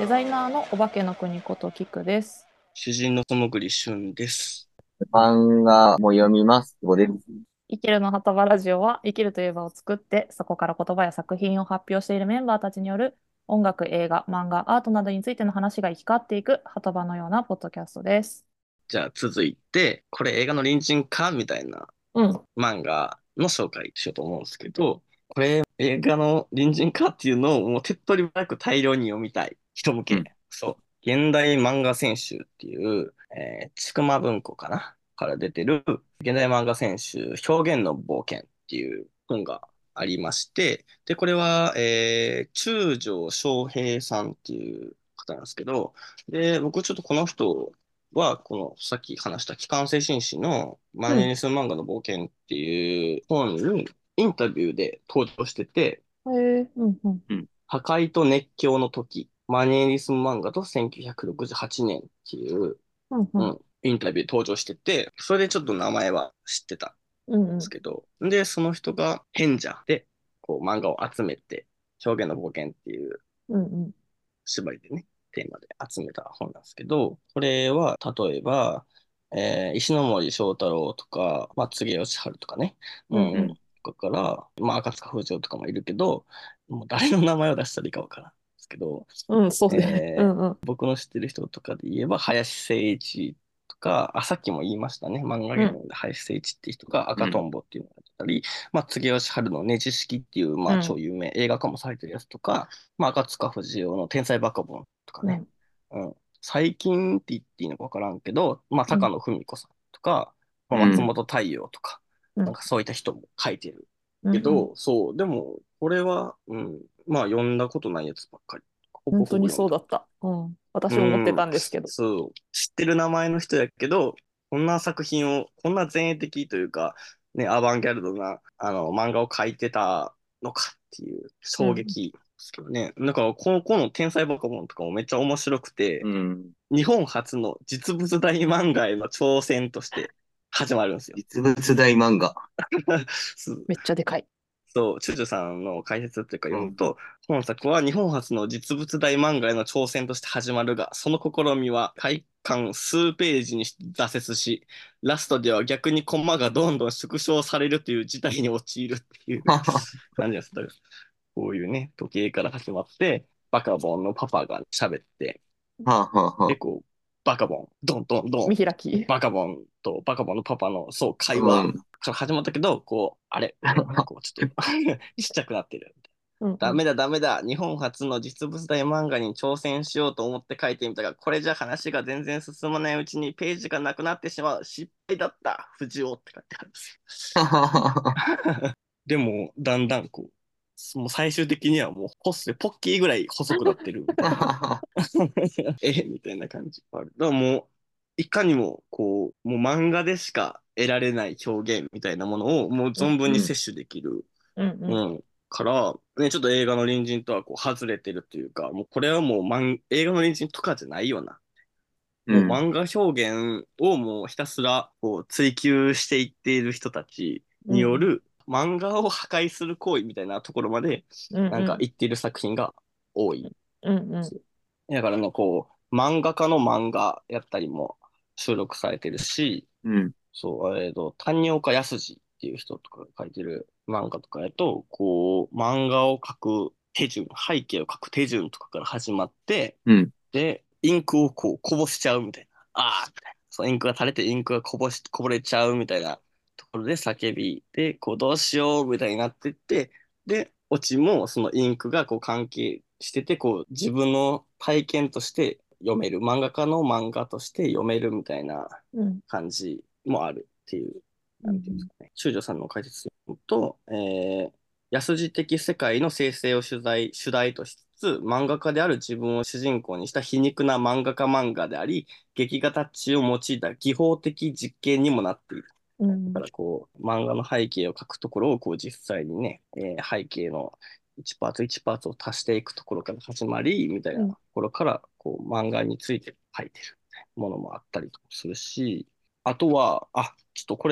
デザイナーのお化けの国ことキクです。 主人の素潜り俊です。 漫画も読みます。そうです。 生きるの鳩場ラジオは生きるという場を作ってそこから言葉や作品を発表しているメンバーたちによる音楽、映画、漫画、アートなどについての話が行き交っていく鳩場のようなポッドキャストです。 じゃあ続いて、これ映画の隣人かみたいなうん。 漫画の紹介しようと思うんですけど、これ映画の隣人かっていうのをもう手っ取り早く大量に読みたい人向け。 うん。 そう。現代漫画全集っていう、ちくま文庫かなから出てる現代漫画全集表現の冒険っていう本がありまして、で、これは、中条翔平さんっていう方なんですけど、で、僕ちょっとこの人は、このさっき話した機関精神史のマうん。 ネニス漫画の冒険っていう本にインタビューで登場してて、 へえ、うんうん。 うん。 破壊と熱狂の時、マネリスム漫画と1968年っていう、 うんうん。 インタビュー登場してて、それでちょっと名前は知ってたんでうんうん。 すけど、で、その人が賢者で、こう漫画を集めて、表現の冒険っていううんうん。 縛りでね、テーマで集めた本なんですけど、これは例えば、石ノ森章太郎とか、まあ、柘植義治とかね、うん、 うんうん。 とかから、まあ、赤塚不二夫とかもいるけど、もう誰の名前を出したらいいかわからんですけど、 うん、そうね。うんうん。 僕の知ってる人とかで言えば、林誠一とか、あ、さっきも言いましたね、漫画うん。 芸能で林誠一っていう人が赤とうん。 んぼっていうのが出たり、まあ、柘植義治のねじ式っていう、まあ、超うん。 有名映画化もされてるやつとか、まあ、赤塚不二夫の天才バカボンとかね。 うん。 うん。最近って言っていいのかわからんけど、まあ、 うん。 高野文子さんとか、まあ、 うん。 松本太陽とか、 うん。 なんかそういった人も書いてる。 うん。 けど、そう、でも、これは、まあ、読んだことないやつばっかり。ほぼほぼ本当に読んだこと。 そうだった。うん。私も思ってうん、 たんですけど。 そう、知ってる名前の人やけど、こんな作品を、こんな前衛的というか、ね、アバンギャルドな、漫画を描いてたのかっていううん。 衝撃ですけどね。だから、この天才バカボンとかもめっちゃ面白くて、 うん。 日本初の実物大漫画への挑戦として始まるんですよ。 実物大漫画。 そうめっちゃでかい。 そう、チュチュさんの解説っていうかうん。 読むと、本作は日本初の実物大漫画への挑戦として始まるが、その試みは開巻数ページに挫折し、ラストでは逆にコマがどんどん縮小されるという事態に陥るっていうはは感じです。だからこういうね、時計から始まって、バカボンのパパが喋って、 ははで、 は。 こう、バカボン、ドンドンドン、 見開き。 バカボンとバカボンのパパの、そう、会話うん。 から始まったけど、こう、あれみたいな、こう、ちょっとちっちゃくなってる。 うんうん。 ダメだ、ダメだ。日本初の実物大漫画に挑戦しようと思って書いてみたが、これじゃ話が全然進まないうちにページがなくなってしまう。失敗だった。藤尾って書いてあるんですははは。 よ。でも、だんだんこう、もう最終的にはもうポッキーぐらい細くなってるみたいな。みたいな感じがある。だからもう、いかにも、こう、もう漫画でしか得られない表現みたいなものを、もううん存分うん。 に摂取できる。 うんうん。 うん。から、ね、ちょっと映画の隣人とはこう外れてるというか、もうこれはもう映画の隣人とかじゃないよな。 うん。 もう漫画表現をもうひたすらこう追求していっている人たちうんうん。 による漫画を破壊する行為みたいなところまでなんかうんうん。 言っている作品が多い。 うんうん。 だからね、こう、漫画家の漫画やったりも収録されてるし、 うん。 そう、谷岡康二っていう人とかが書いてる漫画とかやと、こう、漫画を描く手順、背景を描く手順とかから始まって、 うん。 で、インクをこう、こぼしちゃうみたいな。ああみたいな。そう、インクが垂れてインクがこぼれちゃうみたいなところで叫び、で、こう、どうしようみたいになってって、で、オチもそのインクがこう関係してて、こう、自分の体験として読める、漫画家の漫画として読めるみたいなうん。 感じもあるっていう、なんていうんですうんかね。修女さんの解説と、安次的世界の生成を主題としつつ、漫画家である自分を主人公にした皮肉な漫画家漫画であり、劇画タッチを用いた技法的実験にもなっている。 うん。 だからこう、漫画の背景を描くところをこう実際にね、背景の1パーツ1パーツを足していくところから始まり、みたいなとうん。 ころから、こう、漫画について書いてるみたいなものもあったりとかするし、あとは、ちょっとこれ、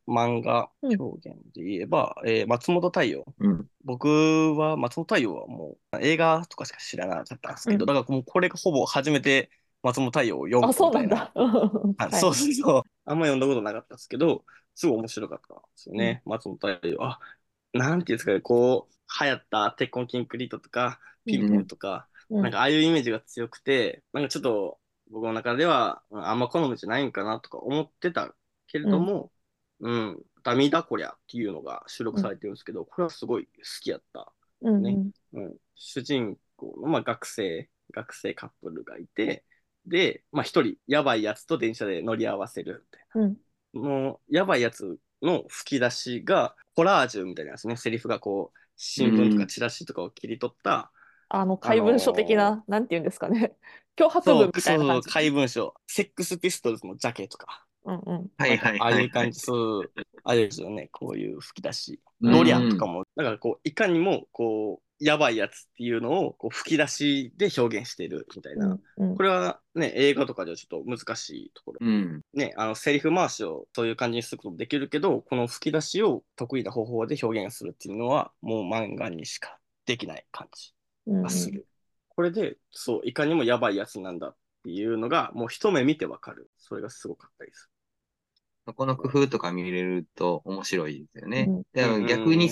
漫画うん。 表現で言えば、松本太陽。 うん。 僕は松本太陽はもう映画とかしか知らなかったんですけど、 うん。 だからもうこれがほぼ初めて松本太陽を読あ、 むみたいな。 そうなんだ。はそうい。 そうそう。あんま読んだことなかったんですけど、すごい面白かったんですようん。 ね。松本太陽。なんていうんですかね、こう、流行った鉄筋キンクリートとか、 うん。 ピンポンとか、 うん。 なんかああいうイメージが強くて、なんかちょっと僕の中ではあんま好みじゃないんかなとか思ってたけれうん。 ども、うん、ダミだこりゃっていうのが収録うん。 されてるんですけど、これはすごい好きやったうん。うね。 ん。 うん、主人公の、まあ、学生カップルがいて、で、まあ一人、やばいやつと電車で乗り合わせるみたいうん。 な。もう、やばいやつの吹き出しが、コラージュみたいなんですね。セリフがこう、 う新聞とかん。 チラシとかを切り取った、 怪文書的な、なんていうんですかね。脅迫そう、 文みたいそうそう、 な感じ。 怪文書、セックスピストルズのジャケとか、 うん。うん。 はいはいなんか、ああはいはい。 いう感じ、そう、あれですよね。こういう吹き出し。 うドリャンとかん。 も、だからこう、いかにも、こう、やばいやつっていうのを、こう、吹き出しで表現しているみたいな。 うん。うん。 これはね、映画とかではちょっと難しいところ。 うん。 ね、セリフ回しをそういう感じにすることもできるけど、この吹き出しを得意な方法で表現するっていうのは、もう漫画にしかできない感じうん。うん。 がする。これで、そう、いかにもやばいやつなんだっていうのが、もう一目見てわかる。それがすごかったです。 そこの工夫とか見れると面白いですよね。 うん。 うんでも逆にうんうん。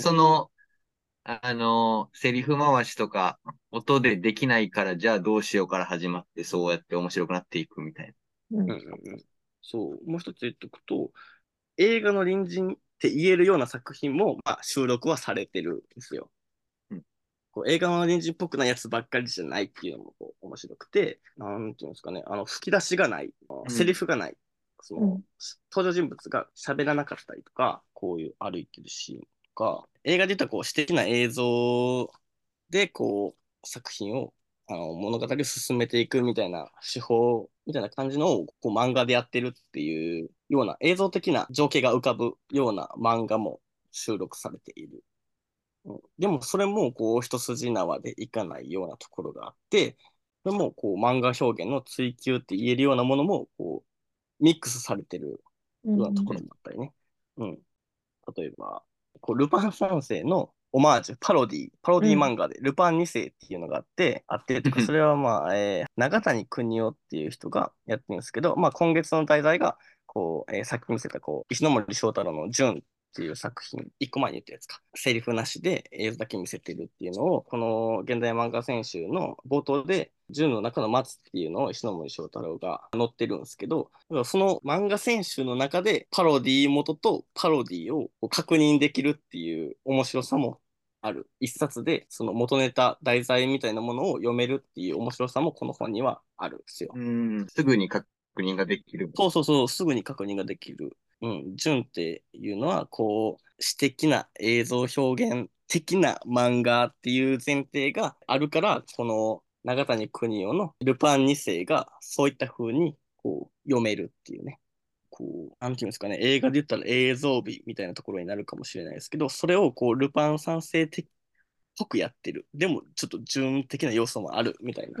セリフ回しとか、音でできないから、じゃあどうしようから始まって、そうやって面白くなっていくみたいうん。 うんうんうん。そう、もう一つ言っとくと、映画の隣人って言えるような作品も、まあ、収録はされてるんですよ。 な。うん。 こう映画の隣人っぽくないやつばっかりじゃないっていうのもこう面白くて、なんていうんですかね、吹き出しがない、セリうん。 フがない、そのうん。 登場人物が喋らなかったりとか、こういう歩いてるシーンとか、映画で言ったらこう詩的な映像でこう作品を物語を進めていくみたいな手法みたいな感じのをこう漫画でやってるっていうような映像的な情景が浮かぶような漫画も収録されている。でもそれもこう一筋縄でいかないようなところがあって、それもこう漫画表現の追求って言えるようなものもこうミックスされてるうん。 ようなところもあったりね。うん。例えば、こうルパン三世のオマージュ、パロディうん。 漫画でルパン二世っていうのがあってというか、それはまあ、長谷邦夫っていう人がやってるんですけど、まあ今月の題材が、こう、さっき見せたこう、石ノ森章太郎の純っていう作品、一個前に言ったやつか。セリフなしで映像だけ見せてるっていうのを、この現代漫画全集の冒頭で、純の中の松っていうのを石ノ森章太郎が載ってるんですけど、その漫画選集の中でパロディ元とパロディをこう確認できるっていう面白さもある。一冊でその元ネタ、題材みたいなものを読めるっていう面白さもこの本にはあるんですよ。 うん。すぐに確認ができる。 そうそうそう、すぐに確認ができる。うん、純っていうのは、こう、詩的な映像表現的な漫画っていう前提があるから、この長谷邦夫のルパン二世がそういった風にこう読めるっていうね。こう、なんていうんですかね、映画で言ったら映像美みたいなところになるかもしれないですけど、それをこう、ルパン三世的っぽくやってる。でも、ちょっと純的な要素もあるみたいな。 うん。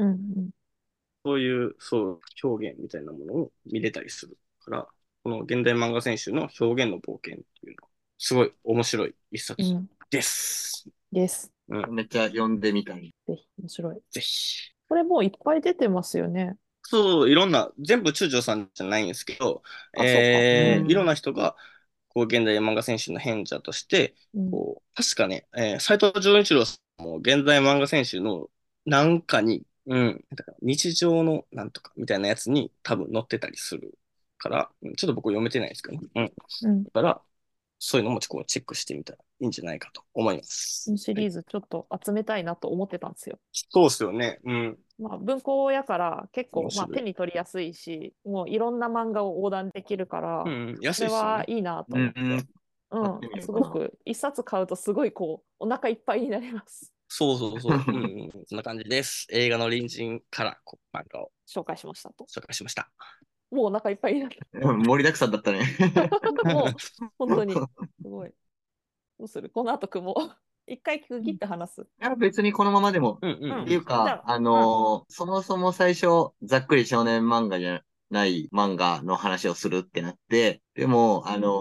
そういう、そう、表現みたいなものを見れたりするから、この現代漫画選手の表現の冒険っていうのは、すごい面白い一冊うん。 です。 です。 うん、 めっちゃ読んでみたい。 ぜひ、面白い。 ぜひ。 これもういっぱい出てますよね。 そう、いろんな、全部中条さんじゃないんですけど、 あ、そうか。 ういろんん。 な人が、こう、現代漫画選手の編者として、 うん。 こう、確かね、斎藤潤一郎さんも現代漫画選手のなんかに、だから日常のなんとかみたいなやつに多分載ってたりするから、ちょっと僕読めてないですけどね。 うん。 だから、そういうのもこうチェックしてみたらいいんじゃないかと思いまこのす。はい。 シリーズちょっと集めたいなと思ってたんですよ。 そうっすよね。うん。 まあ、文庫やから結構、まあ、 面白い。 手に取りやすいし、もういろんな漫画を横断できるから、こ安いっすよね。 れはいいなとうん。 思って。う買っん。すてみようかな。 ごく、一冊買うとすごいこう、お腹いっぱいになります。 そうそうそう。そんな感じです。映画の隣人からこう漫画を紹介しましたと。 紹介しました。 もうお腹いっぱいになっ盛りだくさんだったね。 た。もう、本当に、すごい。どうするこの後雲。一回区切って話す。 いや、別にこのままでも。 うんうんうん。 っていうか、 じゃあ、うん。 そもそも最初、ざっくり少年漫画じゃない漫画の話をするってなって、でも、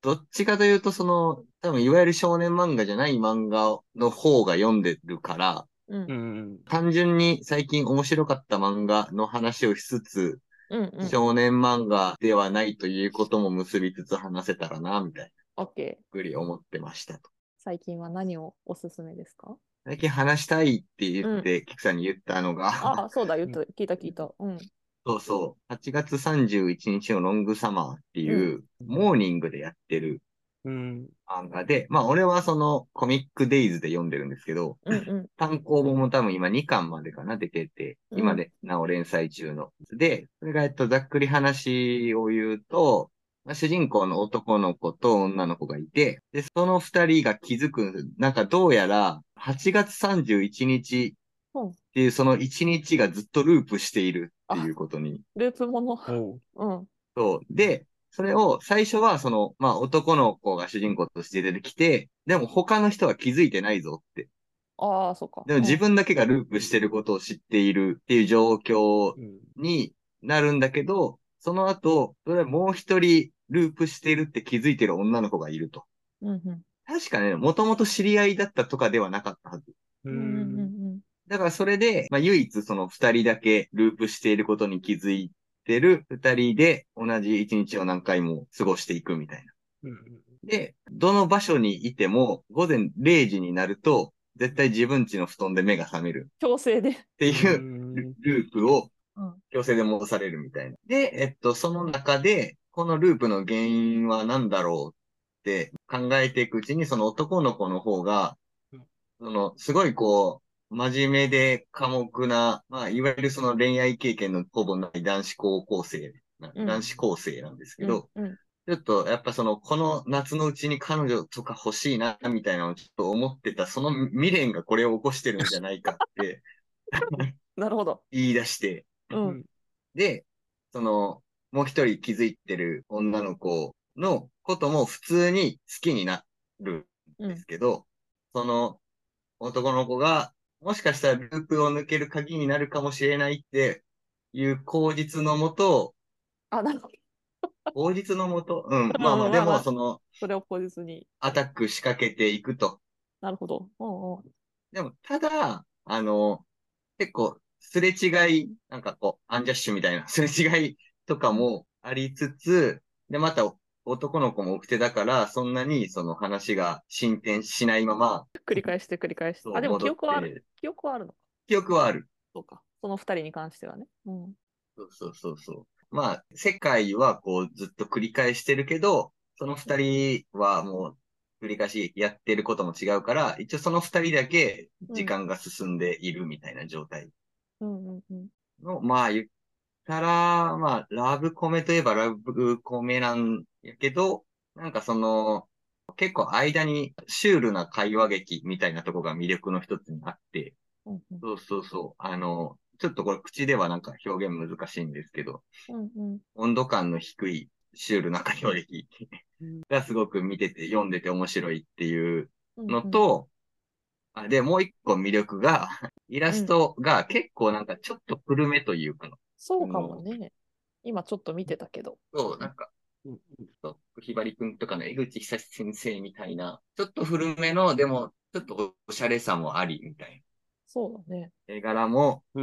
どっちかというと、多分いわゆる少年漫画じゃない漫画の方が読んでるから、 うんう。ん。 単純に最近面白かった漫画の話をしつつ、 うんうん。 少年漫画ではないということも結びつつ話せたらな、みたいな、 オッケー。 ゆっくり思ってましたと。 最近は何をおすすめですか？ 最近話したいって言うん。 って、キクさんに言ったのが、 あ、そうだ、 うん。 聞いた聞いた。うん。 そうそう、8月31日のロングサマーってうん。 いう、モーニングでやってるうん。 漫画で、まあ俺はそのコミックデイズで読んでるんですけど、 うんうん単行本も多分今2巻までかな出てて、 うん今でなお連載中の。で、それがざっくり話を言うと、まあ、主人公の男の子と女の子がいて、で、その二人が気づくんです。なんかどうやら8月31日うん。 っていうその1日がずっとループしているっていあ、 うことに。 ループもの。 おう。 うん。 そう。で、それを最初はまあ男の子が主人公として出てきて、でも他の人は気づいてないぞって。 ああ、そうか。 でも自分だけがループしてることを知っているっていう状況うん。 になるんだけど、その後、それはもう一人ループしているって気づいてる女の子がいると。 うんうん。 確かね、もともと知り合いだったとかではなかったはず。 ううんうんん。 うんだからそれで、まあ唯一その二人だけループしていることに気づいてる二人で同じ一日を何回も過ごしていくみたいな。 うん。 で、どの場所にいても午前0時になると絶対自分家の布団で目が覚める。 強制で。 ってういうん。 ループをうん。 強制で戻されるみたいな。で、その中で、このループの原因は何だろうって考えていくうちに、その男の子の方が、すごい真面目で寡黙な、まあ、いわゆるその恋愛経験のほぼない男子高校生、 うん男子高生なんですけうんど、 うん。 ちょっとやっぱこの夏のうちに彼女とか欲しいな、みたいなのをちょっと思ってた、その未練がこれを起こしてるんじゃないかってなるほど。 言い出して、 うん。 うん。 で、もう一人気づいてる女の子のことも普通に好きになるんでうん。 すけど、その男の子が、もしかしたらループを抜ける鍵になるかもしれないっていう口実のもと、 あ、なるほど。 口実のもと、うん、まあまあ、でも、 うんまあまあ、それを口実に。 アタック仕掛けていくと。 なるほど。うんうん。 でも、ただ、結構、すれ違い、なんかアンジャッシュみたいな、すれ違いとかもありつつ、で、また男の子も奥手だから、そんなにその話が進展しないまま、 繰り返して繰り返して。あ、でも記そう戻っ憶はある。 て、 記憶はあるのか。 記憶はある。 そうか。その二人に関してはね。うん。 そうそうそうそう。まあ、世界はずっと繰り返してるけど、その二人はもう繰り返しやってることも違うから、一応その二人だけ時うん。 間が進んでいるみたいな状態うんうんうん。 の、まあ言ったら、まあ、ラブコメといえばラブコメなんやけど、なんか結構間にシュールな会話劇みたいなとこが魅力の一つにあって、 うんうん。 そうそうそう。ちょっとこれ口ではなんか表現難しいんですけど、 うんうん。 温度感の低いシュールな会話劇がすごく見てて、読んでて面白いっていううんうん。 のと、で、もう一個魅力が、イラうん。 ストが結構なんかちょっと古めというか、 そうかもあの、 ね。今ちょっと見てたけど。 そう、なんか、 うん。 ひばりくんとかの江口久志先生みたいな、ちょっと古めの、でも、ちょっとおしゃれさもあり、みたいそうだね。 な。絵柄もうん。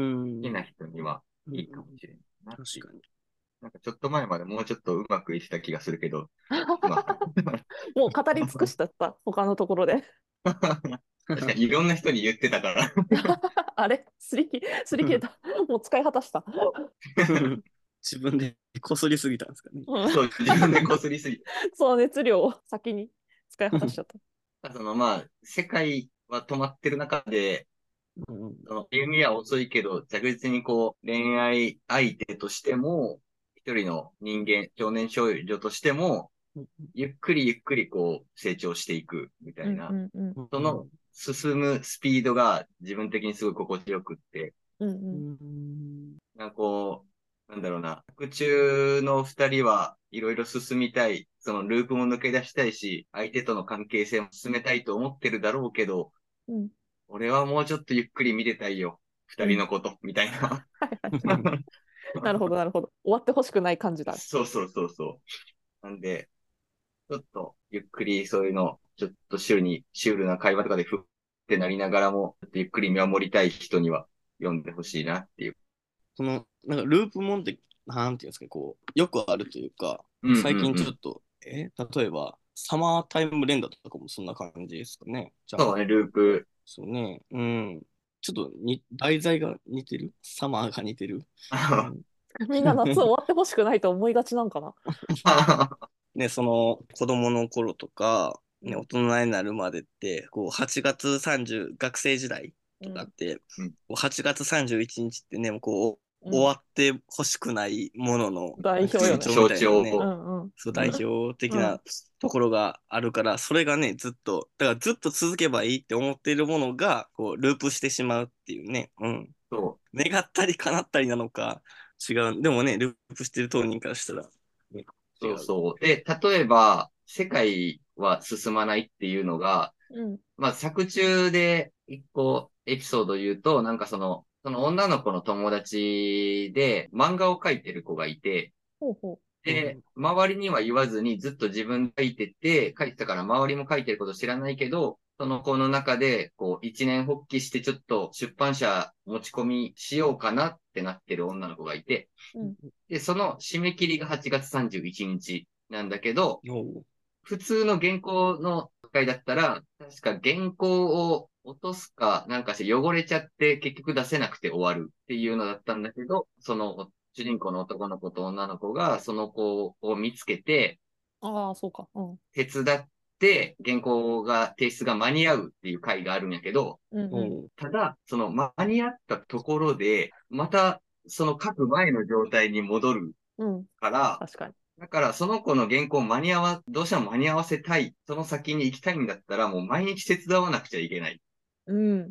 好きな人にはうん。 いいかもしれないなっていう。 確かに。 なんかちょっと前までもうちょっとうまくいってた気がするけど、まあ、 もう語り尽くしちゃった。他のところで。 確かにいろんな人に言ってたから。 あれすり切れた。もう使い果たした。 自分でこすりすぎたんですかね。 うん。 そう、自分でこすりすぎその熱量を先に使い果たしちゃった。 た。まあ、世界は止まってる中で、 うん。 歩みは遅いけど、着実に恋愛相手としても、一人の人間、少年少女としても、ゆっくりゆっくり成長していくみたうんういな、 んうん。 その進むスピードが自分的にすごい心地よくって、 うんううん。 ん。 なんかなんだろうな、作中の二人はいろいろ進みたい、そのループも抜け出したいし、相手との関係性も進めたいと思ってるだろうけど、 うん俺はもうちょっとゆっくり見れたいよ。二うん。 人のこと、みたいな。 はいはい。なるほどなるほど。終わってほしくない感じだ。 そうそうそうそう。なんで、 ちょっとゆっくりそういうの、ちょっとシュールな会話とかでふってなりながらも、ちょっとゆっくり見守りたい人には読んでほしいなっていう。 なんかループもんって、なんていうんですか、こう、よくあるというか、 うんうん最近うん。 ちょっと、例えば、サマータイム連打とかもそんな感じですかね。じゃあ、 そうね、ループ。 そうね。うん。ちょっと題材が似てるサマーが似てる。うん。 みんな夏終わってほしくないと思いがちなんかな。 ね、その子供の頃とか、ね、大うん。 人になるまでって、こう8月30、学生時代うん。 とかって、 うんこう8月31日ってね、もうこう、 うん。 終わってほしくないものの代表よね。 風潮み象たいなね、 徴。 うんうん。 そう代うん。 表的うん。 なところがあるから、それがね、ずっと、だからずっと続けばいいって思っているものが、こう、ループしてしまうっていうね、うん。 そ願ったり叶ったりなのか、違う。でもね、ループしてる当人からしたら、ね、違う。 そうそう。で、例えば、世界は進まないっていうのが、 うん。 まあ、作中で一個エピソード言うと、なんかその女の子の友達で漫画を描いてる子がいて、 ほうほで、周りには言わずにずっと自分で書いてて、書いてたから周りも書いてること知らないけど、その子の中で、こう、一年発起してちょっと出版社持ち込みしようかなってなってる女の子がいて、 う。うん。 で、その締め切りが8月31日なんだけど、 おう普通の原稿の回だったら、確か原稿を落とすかなんかして汚れちゃって結局出せなくて終わるっていうのだったんだけど、その主人公の男の子と女の子がその子を見つけて、 ああ、そうか。うん。 手伝って原稿が提出が間に合うっていう回があるんやけど、 うんうん。 おうただ、その間に合ったところで、またその書く前の状態に戻るうん。 から、 確かに。 だから、その子の原稿をどうしても間に合わせたい、その先に行きたいんだったら、もう毎日手伝わなくちゃいけないっうん。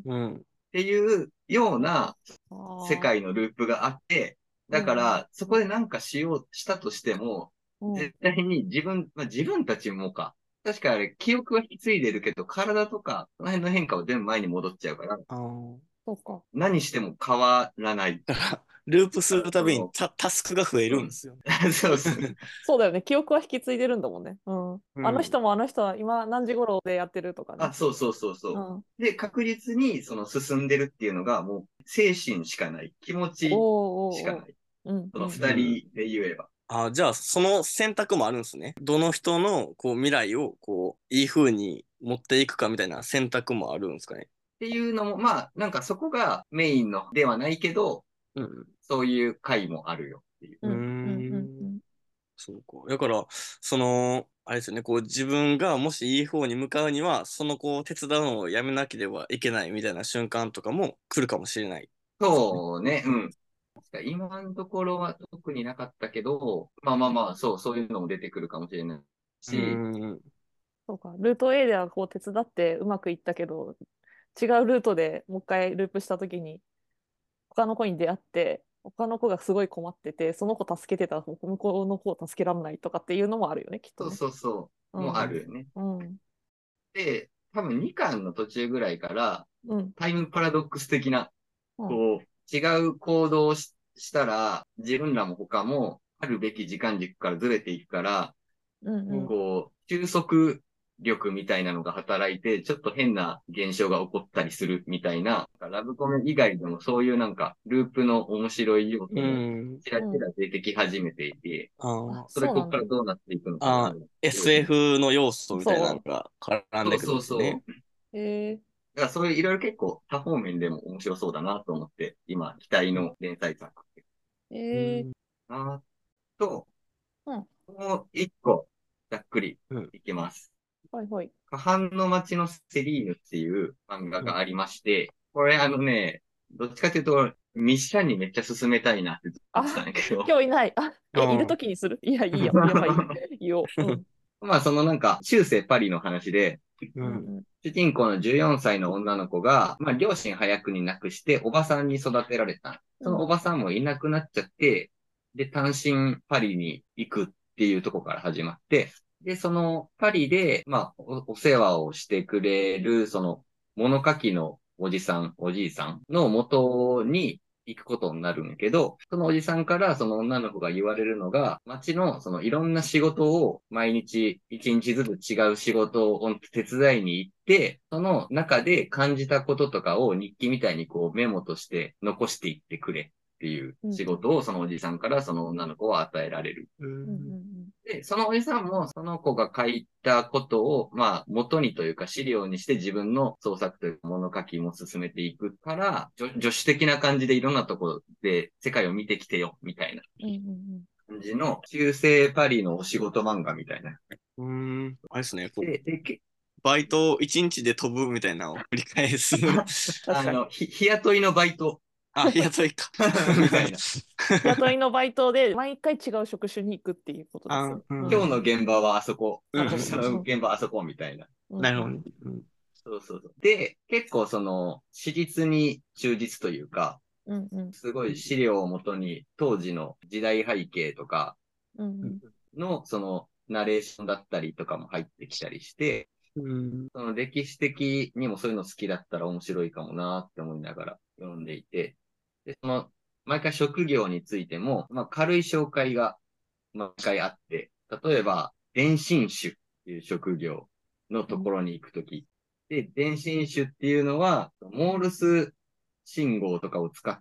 うん。 ていうようなあ世あ。 界のループがあって、 うんうん。 だから、そこでなんかしたとしても、 うん。 絶対に自分たちもか。確かあれ、記憶は引き継いでるけど、体とか、その辺の変化は全部前に戻っちゃうから、 あーそうか。 何しても変わらないだから、ループすから、 るたびにタスクが増えうん。 るんですよね。 そうそう。 そうだよね。記憶は引き継いでるんだもんね。うん。あのうん。 人もあの人は今何時頃でやってるとかね。 あ、そうそうそううそん。 う。で、確実にその進んでるっていうのがもう精神しかない。気持おーちしかおーおない。 ー。うんそのうんうん。 二人で言えば。っじゃあ、その選択もあるんですね。どの人のこう未来をこういい風に持っていくかみたいな選択もあるんですかね。 ていうのも、まあ、なんかそこがメインのではないけど、 うん。 そういう回もあるよっていう。 うーうんうんうんうん。 んそうか。だから、あれですよね、こう自分がもしいい方に向かうには、そのこう手伝うのをやめなければいけないみたいな瞬間とかも来るかもしれないですね。 そうね、うん。今のところは特になかったけど、まあまあまあ、そういうのも出てくるかもしれないうし、 ーん。 そうか。ルート A ではこう手伝ってうまくいったけど、違うルートでもう一回ループしたときに、他の子に出会って、他の子がすごい困ってて、その子助けてた向こうの子を助けられないとかっていうのもあるよね、きっとそうね。 そうそう、もうあうん。 るよね。 うん。 で、多分2巻の途中ぐらいから、 うん。 タイムパラドックス的なうん。 こう、違う行動をしたら、自分らも他も、あるべき時間軸からずれていくから、 うんうん。 こう、収束力みたいなのが働いて、ちょっと変な現象が起こったりするみたいな、ラブコメ以外でもそういうなんか、ループの面白い要う素も、 ん。 ちらちうん。 ら出てき始めていて、 あ、 それそうなんだ。 ここからどうなっていくのかな、興味。 SF の要素みたいなのそが絡んでくるんそうそうですね。 そう。 う。 だからそういういろいろ結構多方面でも面白そうだなと思って、今、期待の連載作えー、 あと、 うん。 もう一個、ざっくりうん。 いきます。 はいはい。 下半の街のセリーヌっていう漫画うん。 がありまして、これどっちかというと、ミッシャンにめっちゃ進めたいなって思ってたんあ、 だけど、 今日いない。あ、いるああ。 ときにするいや、いいよ。やばい。言おう。うん。 まあそのなんか、中世パリの話で、 うん。 うんうん。 主人公の14歳の女の子が、まあ両親早くに亡くして、おばさんに育てられた。そのおうん。 ばさんもいなくなっちゃって、で、単身パリに行くっていうところから始まって、で、そのパリで、まあ、お世話をしてくれる、その物書きのおじいさんの元に、 行くことになるんやけど、そのおじさんからその女の子が言われるのが、街のそのいろんな仕事を毎日一日ずつ違う仕事を手伝いに行って、その中で感じたこととかを日記みたいにこうメモとして残していってくれっていう仕事をそのおじさんからその女の子は与えられる。で、そのおじさんもその子が書いたことを、まあ、元にというか資料にして自分の創作というか物書きも進めていくから、助手的な感じでいろんなところで世界を見てきてよ、みたいな感じの中世パリのお仕事漫画みたいな。 あれですね、こう、 で、 バイト1日で飛ぶみたいなのを繰り返す。 確かに。 日雇いのバイト。 あ、日雇いか。 みたいな。 雇いのバイトで毎回違う職種に行くっていうことですね。 今日の現場はあそこ。 うん明日の現場はあそこみたいな。 なるほどね。 そうそうそう。で、結構その、史実に忠実というか、すごい資料をもとに当時の時代背景とかのそのナレーションだったりとかも入ってきたりして、その歴史的にもそういうの好きだったら面白いかもなって思いながら読んでいて、で、その、毎回職業についても、まあ軽い紹介が毎回あって、例えば、電信手っていう職業のところに行くとき、で、電信手っていうのは、モールス信号とかを使って、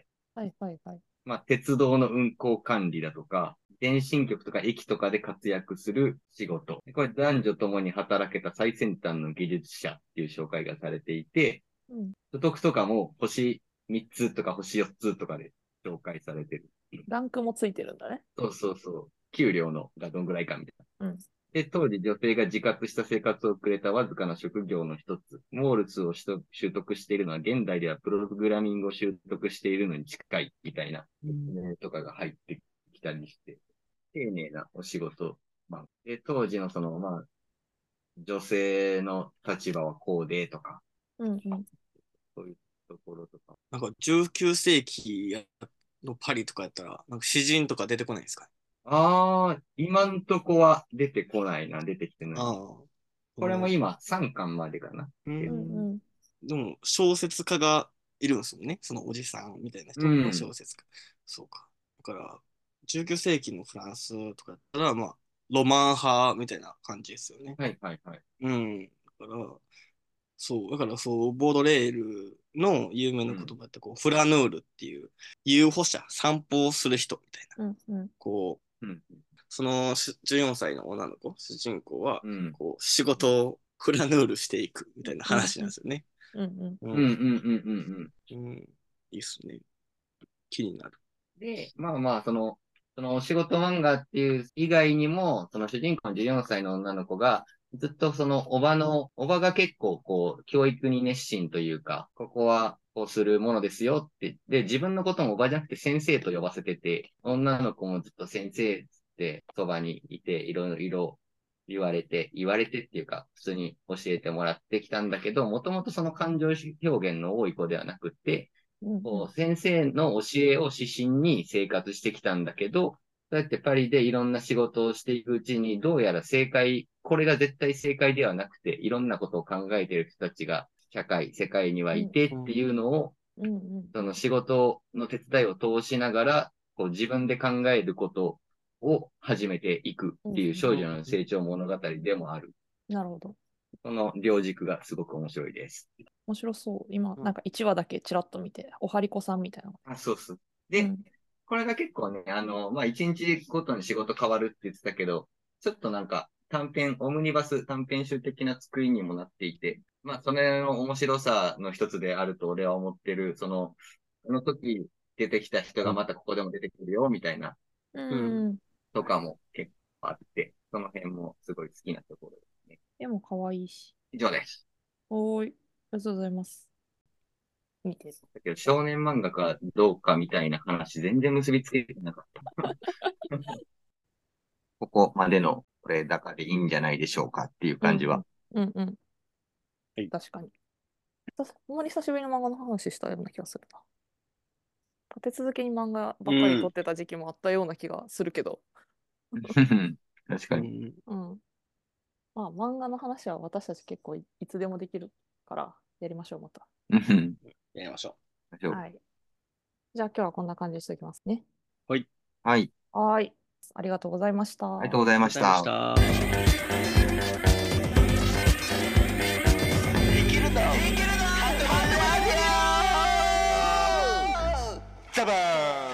まあ、鉄道の運行管理だとか、電信局とか駅とかで活躍する仕事。これ男女ともに働けた最先端の技術者っていう紹介がされていて、所得とかも星3つとか星4つとかで紹介されてる。 ランクもついてるんだね。 そうそうそう。給料のがどんぐらいかみたいな。 うん。 で、当時女性が自覚した生活をくれたわずかな職業の一つ、モールスを習得しているのは現代ではプログラミングを習得しているのに近いみたいな、とかが入ってきたりして、丁寧なお仕事。まあ、で、当時のその、まあ、女性の立場はこうでとか、そういうところとか。 なんか19世紀のパリとかやったら、なんか詩人とか出てこないですかね。 ああ、今んとこは出てこないな、出てきてない。 ああ。 これも今3巻までかな。 でも小説家がいるんですよね。そのおじさんみたいな人が小説家。そうか。だから、19世紀のフランスとかだったら、まあ、ロマン派みたいな感じですよね。 はいはいはい。 だから、そう、ボードレールの有名な言葉って、こう、フラヌールっていう、遊歩者、散歩をする人みたいな。こう、その14歳の女の子、主人公は、こう、仕事をフラヌールしていくみたいな話なんですよね。いいっすね。気になる。 で、まあまあ、そのお仕事漫画っていう以外にも、その主人公の14歳の女の子が、ずっとそのおばが結構こう、教育に熱心というか、ここはこうするものですよって、で、自分のこともおばじゃなくて先生と呼ばせてて、女の子もずっと先生ってそばにいて、いろいろ言われてっていうか、普通に教えてもらってきたんだけど、もともとその感情表現の多い子ではなくて、こう先生の教えを指針に生活してきたんだけど、そうやってパリでいろんな仕事をしていくうちに、どうやらこれが絶対正解ではなくて、いろんなことを考えている人たちが世界にはいてっていうのを、その仕事の手伝いを通しながら、こう自分で考えることを始めていくっていう少女の成長物語でもある。 なるほど。 この両軸がすごく面白いです。 面白そう。今、なんか1話だけちらっと見て、おはりこさんみたいな。 あ、そうそう。で、これが結構ね、まあ、一日ごとに仕事変わるって言ってたけど、ちょっとなんかオムニバス短編集的な作りにもなっていて、まあ、それの面白さの一つであると俺は思ってる、その時出てきた人がまたここでも出てくるよ、みたいな、とかも結構あって、その辺もすごい好きなところですね。 絵も可愛いし。 以上です。 おーい、ありがとうございます。見てる。 だけど少年漫画かどうかみたいな話全然結びつけてなかった。ここまでのこれだからでいいんじゃないでしょうかっていう感じは。 確かに。ほんまに久しぶりの漫画の話したような気がするな。立て続けに漫画ばっかり撮ってた時期もあったような気がするけど。 確かに。 まあ、漫画の話は私たち結構いつでもできるから、やりましょう、また。 やりましょう。 はい。 じゃあ今日はこんな感じにしておきますね。 はい。 はい。 はい。ありがとうございました。 ありがとうございましありがとうごた。 ざいました。 できるのハトバラジオザバーン